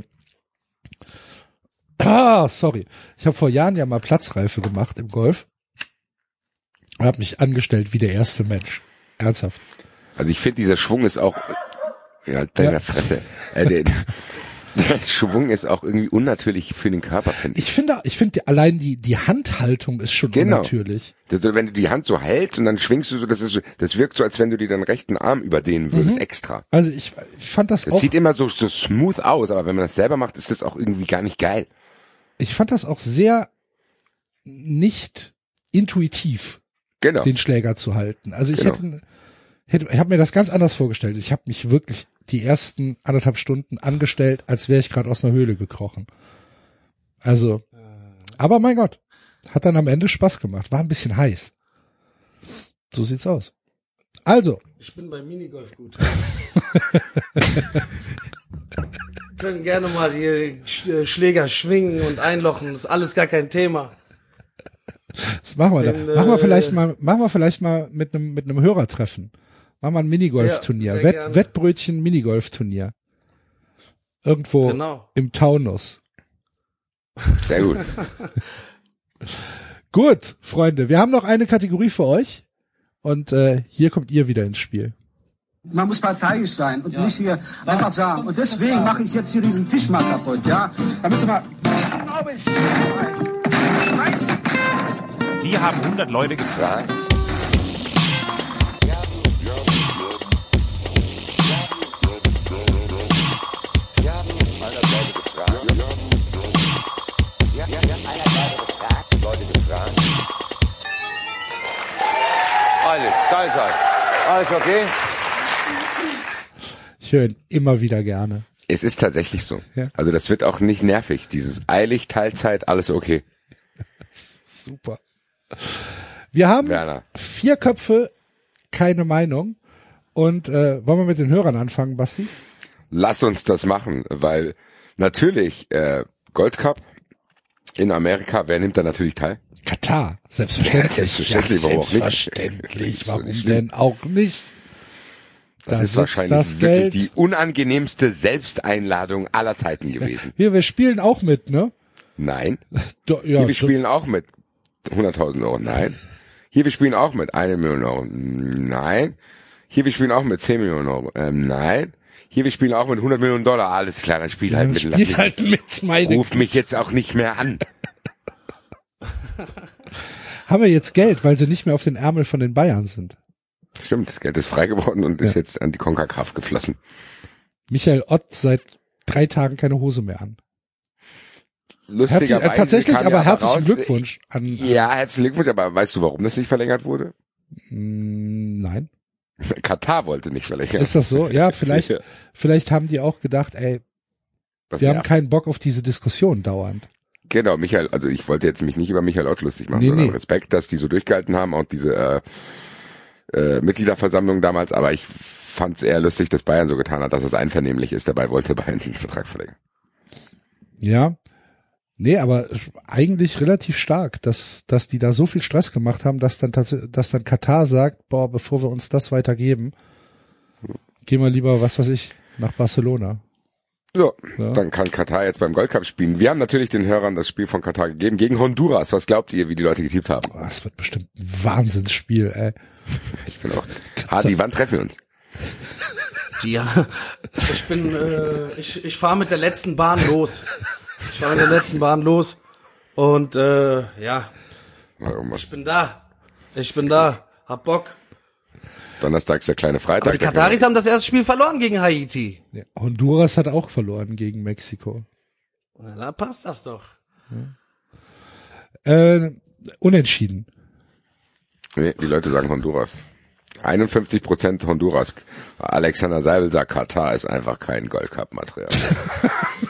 Ah, sorry. Ich habe vor Jahren ja mal Platzreife gemacht im Golf. Und habe mich angestellt wie der erste Mensch. Ernsthaft. Also ich finde, dieser Schwung ist auch, ja, deiner Ja. Fresse. Äh, der, der Schwung ist auch irgendwie unnatürlich für den Körper, finde ich. Ich finde, ich finde allein die, die Handhaltung ist schon Genau. unnatürlich. Das- Wenn du die Hand so hältst und dann schwingst du so, das ist so, das wirkt so, als wenn du dir deinen rechten Arm überdehnen würdest, extra. Also ich, ich fand das Das auch, sieht immer so, so smooth aus, aber wenn man das selber macht, ist das auch irgendwie gar nicht geil. ich fand das auch sehr nicht intuitiv, Genau. den Schläger zu halten. Also ich Genau. hätte, hätte, ich habe mir das ganz anders vorgestellt. Ich habe mich wirklich die ersten anderthalb Stunden angestellt, als wäre ich gerade aus einer Höhle gekrochen. Also, aber mein Gott, hat dann am Ende Spaß gemacht. War ein bisschen heiß. So sieht's aus. Also, Ich bin bei Minigolf gut. Können gerne mal die Sch- Schläger schwingen und einlochen. Das ist alles gar kein Thema. das machen wir Bin, da. Machen wir äh, vielleicht mal, machen wir vielleicht mal mit einem mit einem Hörertreffen. Machen wir ein Minigolf-Turnier. Ja, sehr Wett, gerne. Wettbrötchen Minigolf-Turnier. Irgendwo Genau. im Taunus. Sehr gut. Gut, Freunde, wir haben noch eine Kategorie für euch. Und äh, hier kommt ihr wieder ins Spiel. Man muss parteiisch sein und nicht hier einfach sagen. Und deswegen mache ich jetzt hier diesen Tisch mal kaputt, ja? Damit du mal... Glaube ich. Scheiße. Wir haben hundert Leute gefragt. Alles, Teilzeit. Alles okay? Ich höre ihn immer wieder gerne. Es ist tatsächlich so. Ja. Also das wird auch nicht nervig. Dieses eilig, Teilzeit, alles okay. Super. Wir haben Werner. vier Köpfe, keine Meinung. Und äh, wollen wir mit den Hörern anfangen, Basti? Lass uns das machen, weil natürlich äh, Gold Cup in Amerika, wer nimmt da natürlich teil? Katar, selbstverständlich. Ja, selbstverständlich, ja, warum auch nicht? selbstverständlich, Ist doch warum nicht schlimm. denn auch nicht? Das Da ist sitzt wahrscheinlich das wirklich Geld. die unangenehmste Selbsteinladung aller Zeiten gewesen. Hier, wir spielen auch mit, ne? Nein. Do, ja, Hier, wir do, spielen auch mit hunderttausend Euro. Nein. Hier, wir spielen auch mit eine Million Euro. Nein. Hier, wir spielen auch mit zehn Millionen Euro. Ähm, nein. Hier, wir spielen auch mit hundert Millionen Dollar. Alles klar, dann spiel halt dann mit. Lass spielt mich- halt mit, meine Ruf mich jetzt auch nicht mehr an. Haben wir jetzt Geld, weil sie nicht mehr auf den Ärmel von den Bayern sind. Stimmt, das Geld ist frei geworden und ist jetzt an die CONCACAF geflossen. Michael Ott seit drei Tagen keine Hose mehr an. Herzlich, Lustigerweise äh, tatsächlich, kam aber ja herzlichen raus- Glückwunsch an. Ja, herzlichen Glückwunsch, aber weißt du, warum das nicht verlängert wurde? Mm, nein. Katar wollte nicht verlängern. Ist das so? Ja, vielleicht, Ja. vielleicht haben die auch gedacht, ey, Das wir haben nervt. keinen Bock auf diese Diskussion dauernd. Genau, Michael, also ich wollte jetzt mich nicht über Michael Ott lustig machen, Nee, sondern nee. Respekt, dass die so durchgehalten haben, auch diese äh, äh, Mitgliederversammlung damals, aber ich fand es eher lustig, dass Bayern so getan hat, dass es einvernehmlich ist, dabei wollte Bayern den Vertrag verlängern. Ja. Nee, aber eigentlich relativ stark, dass, dass die da so viel Stress gemacht haben, dass dann tatsächlich, dass dann Katar sagt, boah, bevor wir uns das weitergeben, gehen wir lieber, was weiß ich, nach Barcelona. So, Ja. dann kann Katar jetzt beim Gold Cup spielen. Wir haben natürlich den Hörern das Spiel von Katar gegeben gegen Honduras. Was glaubt ihr, wie die Leute getippt haben? Boah, das wird bestimmt ein Wahnsinnsspiel, ey. Ich bin auch. Hardy, wann treffen wir uns? Ja, ich bin, äh, ich, ich fahre mit der letzten Bahn los. Ich fahre mit der letzten Bahn los und äh, ja, Warum? ich bin da. Ich bin da. Hab Bock. Donnerstag ist der kleine Freitag. Aber die Kataris haben das erste Spiel verloren gegen Haiti. Ja, Honduras hat auch verloren gegen Mexiko. Na, da passt das doch. Äh, unentschieden. Nee, die Leute sagen Honduras. einundfünfzig Prozent Honduras. Alexander Seibel sagt, Katar ist einfach kein Gold Cup Material.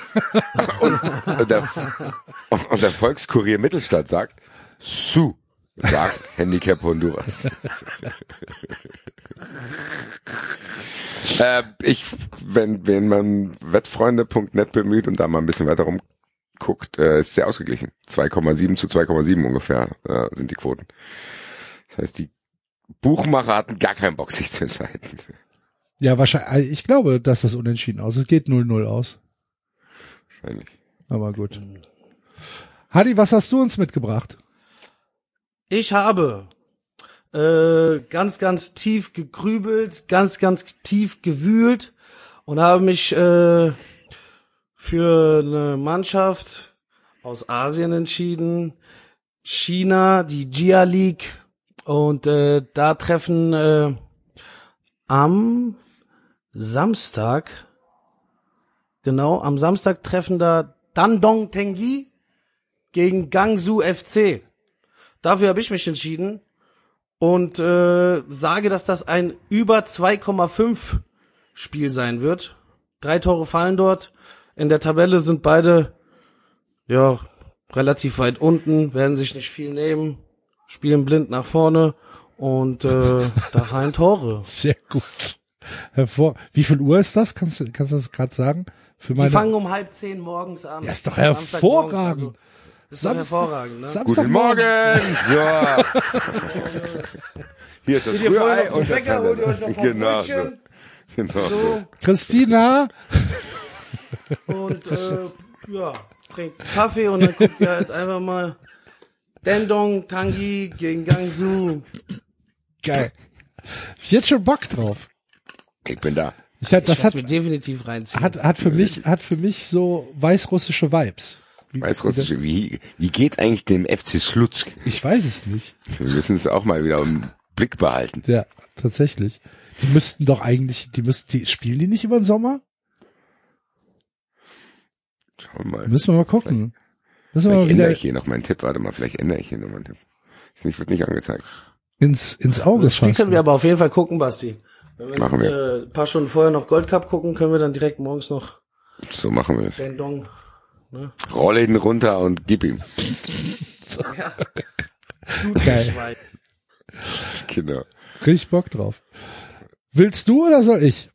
und, und, der, und der Volkskurier Mittelstadt sagt, Su, Sagt Handicap Honduras. äh, ich, wenn, wenn man wettfreunde punkt net bemüht und da mal ein bisschen weiter rumguckt, äh, ist sehr ausgeglichen. zwei Komma sieben zu zwei Komma sieben ungefähr äh, sind die Quoten. Das heißt, die Buchmacher hatten gar keinen Bock, sich zu entscheiden. Ja, wahrscheinlich, ich glaube, dass das unentschieden aus. Es geht null null aus. Wahrscheinlich. Aber gut. Hadi, was hast du uns mitgebracht? Ich habe äh, ganz, ganz tief gegrübelt, ganz, ganz tief gewühlt und habe mich äh, für eine Mannschaft aus Asien entschieden. China, die Jia League. Und äh, da treffen äh, am Samstag, genau, am Samstag treffen da Dandong Tengi gegen Gangsu F C. Dafür habe ich mich entschieden und äh, sage, dass das ein über zwei Komma fünf Spiel sein wird. Drei Tore fallen dort. In der Tabelle sind beide ja relativ weit unten, werden sich nicht viel nehmen, spielen blind nach vorne und äh, da fallen Tore. Sehr gut. Hervor. Wie viel Uhr ist das? Kannst du kannst du das gerade sagen? Für meine Die fangen um halb zehn morgens an. Ja, ist doch hervorragend. Ist doch hervorragend, ne? Guten Morgen! So. Hier ist das Geht ihr vorher Rührei noch zum und der Bäcker, holt ihr euch noch ein paar Genau so. Brötchen. Genau So. so. Christina. Und äh, ja, trinkt Kaffee und dann guckt ihr halt einfach mal Dandong Tangi gegen Gangsu. Geil. Ich hätte schon Bock drauf. Ich bin da. Ich hat, das Ich hat, mir definitiv reinziehen. hat, hat für mich, hat für mich so weißrussische Vibes. Wie- Weißrussische, wie, wie geht eigentlich dem F C Slutsk? Ich weiß es nicht. Wir müssen es auch mal wieder im Blick behalten. Ja, tatsächlich. Die müssten doch eigentlich, die müssten, die spielen die nicht über den Sommer? Schauen wir mal. Müssen wir mal gucken. Müssen wir Vielleicht mal ändere wieder ich hier noch meinen Tipp. Warte mal, vielleicht ändere ich hier noch meinen Tipp. Ist nicht, wird nicht angezeigt. ins, ins Auge Das Spiel können fassen. wir aber auf jeden Fall gucken, Basti. Wenn wir, Machen wir. Äh, ein paar Stunden vorher noch Gold Cup gucken, können wir dann direkt morgens noch So machen wir es. Dandong. Roll ihn runter und gib ihm. Ja. Geil. Genau. Richtig Bock drauf. Willst du oder soll ich?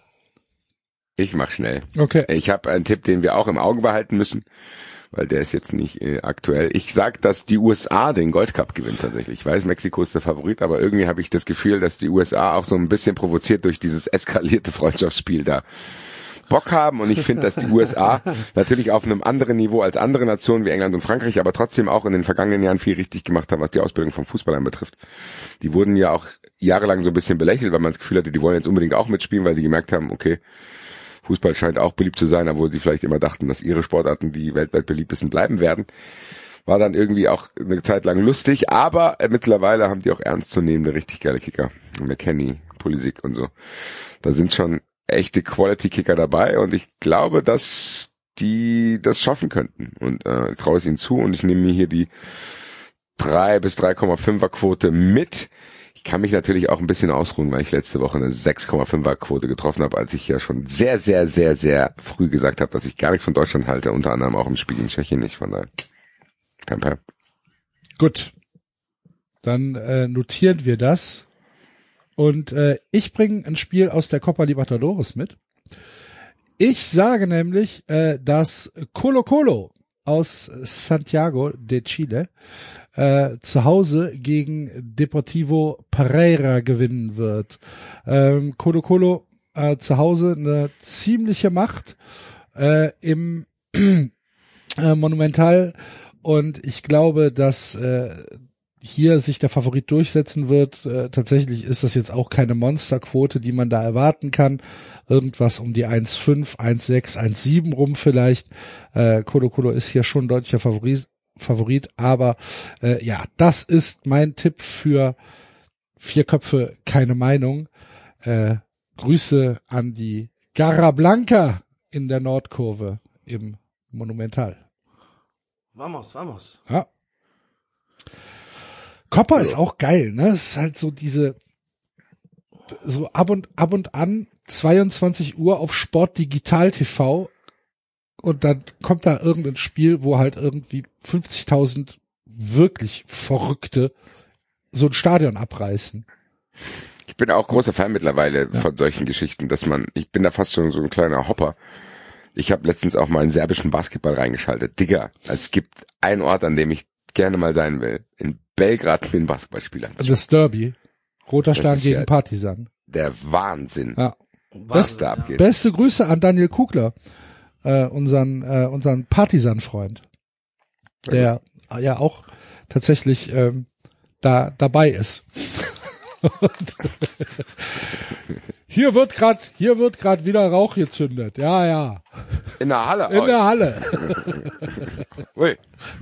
Ich mach schnell. Okay. Ich habe einen Tipp, den wir auch im Auge behalten müssen, weil der ist jetzt nicht äh, aktuell. Ich sag, dass die U S A den Gold Cup gewinnt tatsächlich. Ich weiß, Mexiko ist der Favorit, aber irgendwie habe ich das Gefühl, dass die U S A auch so ein bisschen provoziert durch dieses eskalierte Freundschaftsspiel da Bock haben. Und ich finde, dass die U S A natürlich auf einem anderen Niveau als andere Nationen wie England und Frankreich, aber trotzdem auch in den vergangenen Jahren viel richtig gemacht haben, was die Ausbildung von Fußballern betrifft. Die wurden ja auch jahrelang so ein bisschen belächelt, weil man das Gefühl hatte, die wollen jetzt unbedingt auch mitspielen, weil die gemerkt haben, okay, Fußball scheint auch beliebt zu sein, obwohl die vielleicht immer dachten, dass ihre Sportarten die weltweit beliebtesten bleiben werden. War dann irgendwie auch eine Zeit lang lustig, aber äh, mittlerweile haben die auch ernstzunehmende, richtig geile Kicker. McKennie, Pulisic und so. Da sind schon echte Quality-Kicker dabei und ich glaube, dass die das schaffen könnten. Und äh, ich traue es ihnen zu und ich nehme mir hier die drei bis drei Komma fünfer Quote mit. Ich kann mich natürlich auch ein bisschen ausruhen, weil ich letzte Woche eine sechs Komma fünfer Quote getroffen habe, als ich ja schon sehr, sehr, sehr, sehr früh gesagt habe, dass ich gar nichts von Deutschland halte, unter anderem auch im Spiel in Tschechien nicht. Von daher, kein Pep. Gut. Dann äh, notieren wir das. Und äh, ich bringe ein Spiel aus der Copa Libertadores mit. Ich sage nämlich, äh, dass Colo Colo aus Santiago de Chile äh, zu Hause gegen Deportivo Pereira gewinnen wird. Ähm, Colo Colo äh, zu Hause eine ziemliche Macht äh, im äh, Monumental und ich glaube, dass äh, hier sich der Favorit durchsetzen wird. Äh, tatsächlich ist das jetzt auch keine Monsterquote, die man da erwarten kann. Irgendwas um die eins Komma fünf, eins Komma sechs, eins Komma sieben rum vielleicht. Äh, Colo Colo ist hier schon deutlicher Favorit, Favorit aber äh, ja, das ist mein Tipp für vier Köpfe, keine Meinung. Äh, Grüße an die Garra Blanca in der Nordkurve im Monumental. Vamos, vamos. Ja. Copa ist auch geil, ne? Es ist halt so diese, so ab und, ab und an zweiundzwanzig Uhr auf Sport Digital T V und dann kommt da irgendein Spiel, wo halt irgendwie fünfzigtausend wirklich Verrückte so ein Stadion abreißen. Ich bin auch großer Fan mittlerweile ja. von solchen Geschichten, dass man, ich bin da fast schon so ein kleiner Hopper. Ich habe letztens auch mal einen serbischen Basketball reingeschaltet. Digga, es gibt einen Ort, an dem ich gerne mal sein will. In Belgrad für ein Basketballspiel. Das Derby. Roter Stern gegen ja Partizan. Der Wahnsinn. Ja. Was da abgeht. Beste Grüße an Daniel Kugler, äh, unseren, äh, unseren Partisan-Freund, der ja, ja auch tatsächlich ähm, da dabei ist. Hier wird grad, hier wird grad wieder Rauch gezündet. Ja, ja. In der Halle. In der Halle. Ui.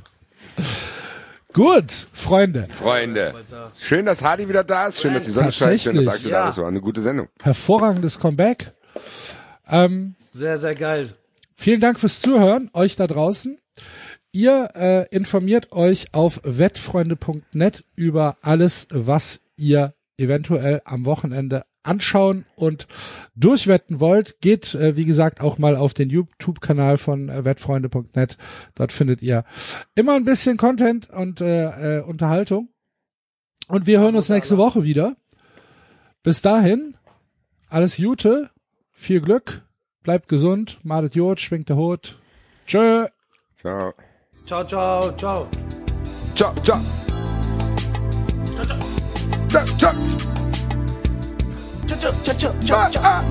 Gut, Freunde. Freunde. Schön, dass Hardy wieder da ist. Schön, dass die Sonne scheint. Schön, dass Axel da ist. War eine gute Sendung. Hervorragendes Comeback. Ähm, sehr, sehr geil. Vielen Dank fürs Zuhören, euch da draußen. Ihr äh, informiert euch auf wettfreunde punkt net über alles, was ihr eventuell am Wochenende anschauen und durchwetten wollt. Geht, äh, wie gesagt, auch mal auf den YouTube-Kanal von äh, wettfreunde punkt net. Dort findet ihr immer ein bisschen Content und äh, äh, Unterhaltung. Und wir hören uns nächste Woche wieder. Bis dahin, alles Gute, viel Glück, bleibt gesund, madet Jod, schwingt der Hut. Tschö. Ciao. Ciao, ciao, ciao. Ciao, ciao. Ciao, ciao. Ciao, ciao. Ciao, ciao, ciao, ciao, ciao, ciao.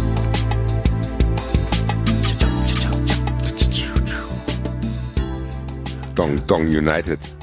Dong Dong United.